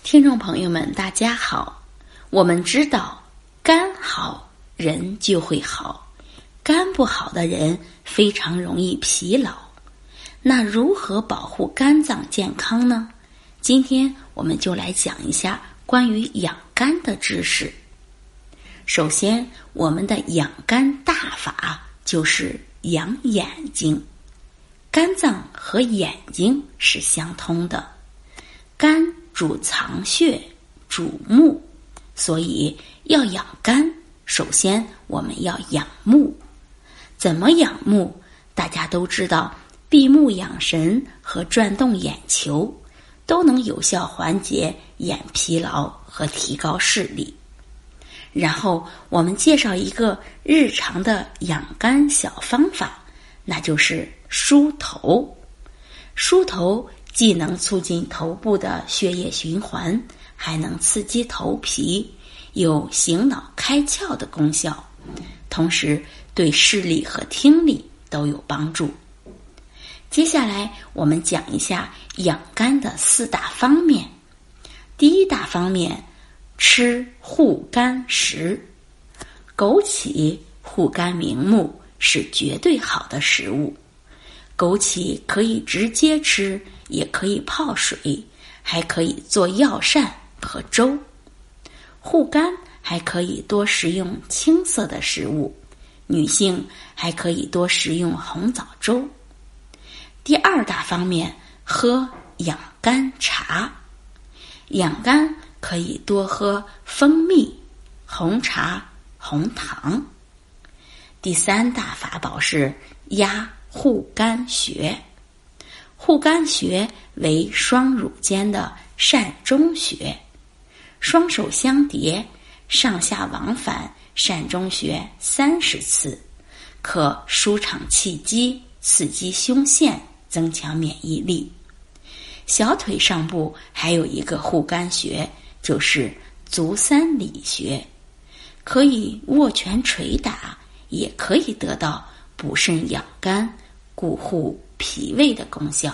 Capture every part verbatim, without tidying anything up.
听众朋友们，大家好。我们知道，肝好，人就会好。肝不好的人非常容易疲劳。那如何保护肝脏健康呢？今天我们就来讲一下关于养肝的知识。首先，我们的养肝大法就是养眼睛。肝脏和眼睛是相通的，肝主藏血，主目，所以要养肝，首先我们要养目。怎么养目？大家都知道，闭目养神和转动眼球都能有效缓解眼疲劳和提高视力。然后我们介绍一个日常的养肝小方法，那就是梳头。梳头既能促进头部的血液循环，还能刺激头皮，有醒脑开窍的功效，同时对视力和听力都有帮助。接下来我们讲一下养肝的四大方面。第一大方面，吃护肝食。枸杞护肝明目，是绝对好的食物。枸杞可以直接吃，也可以泡水，还可以做药膳和粥。护肝还可以多食用青色的食物，女性还可以多食用红枣粥。第二大方面，喝养肝茶。养肝可以多喝蜂蜜、红茶、红糖。第三大法宝是压护肝穴。护肝穴为双乳间的膻中穴，双手相叠，上下往返膻中穴三十次，可舒畅气机，刺激胸腺，增强免疫力。小腿上部还有一个护肝穴，就是足三里穴，可以握拳捶打，也可以得到补肾养肝、固护脾胃的功效。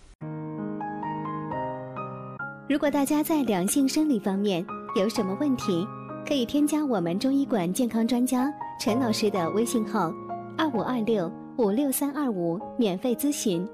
如果大家在两性生理方面有什么问题，可以添加我们中医馆健康专家陈老师的微信号二五二六五六三二五，免费咨询。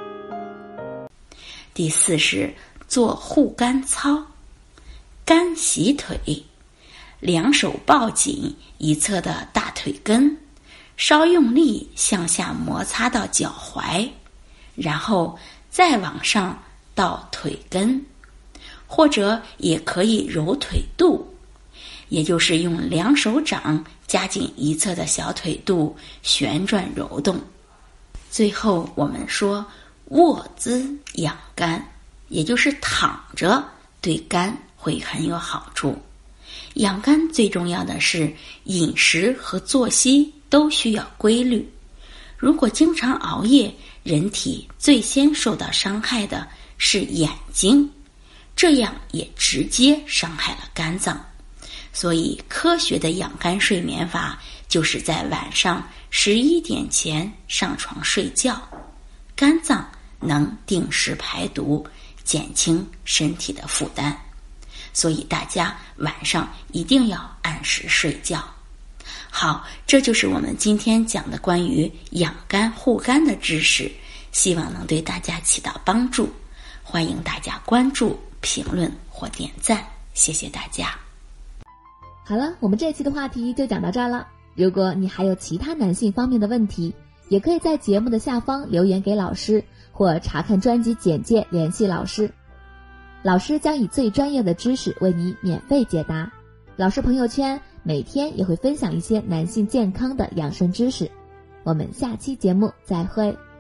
第四是做护肝操。肝洗腿，两手抱紧一侧的大腿根，稍用力向下摩擦到脚踝，然后再往上到腿根，或者也可以揉腿肚，也就是用两手掌夹紧一侧的小腿肚，旋转揉动。最后我们说卧姿养肝，也就是躺着，对肝会很有好处。养肝最重要的是饮食和作息都需要规律。如果经常熬夜，人体最先受到伤害的是眼睛，这样也直接伤害了肝脏。所以科学的养肝睡眠法就是在晚上十一点前上床睡觉，肝脏能定时排毒，减轻身体的负担。所以大家晚上一定要按时睡觉。好，这就是我们今天讲的关于养肝护肝的知识，希望能对大家起到帮助。欢迎大家关注、评论或点赞，谢谢大家。 好了，我们这期的话题就讲到这儿了。如果你还有其他男性方面的问题，也可以在节目的下方留言给老师，或查看专辑简介联系老师。老师将以最专业的知识为你免费解答。老师朋友圈每天也会分享一些男性健康的养生知识。我们下期节目再会。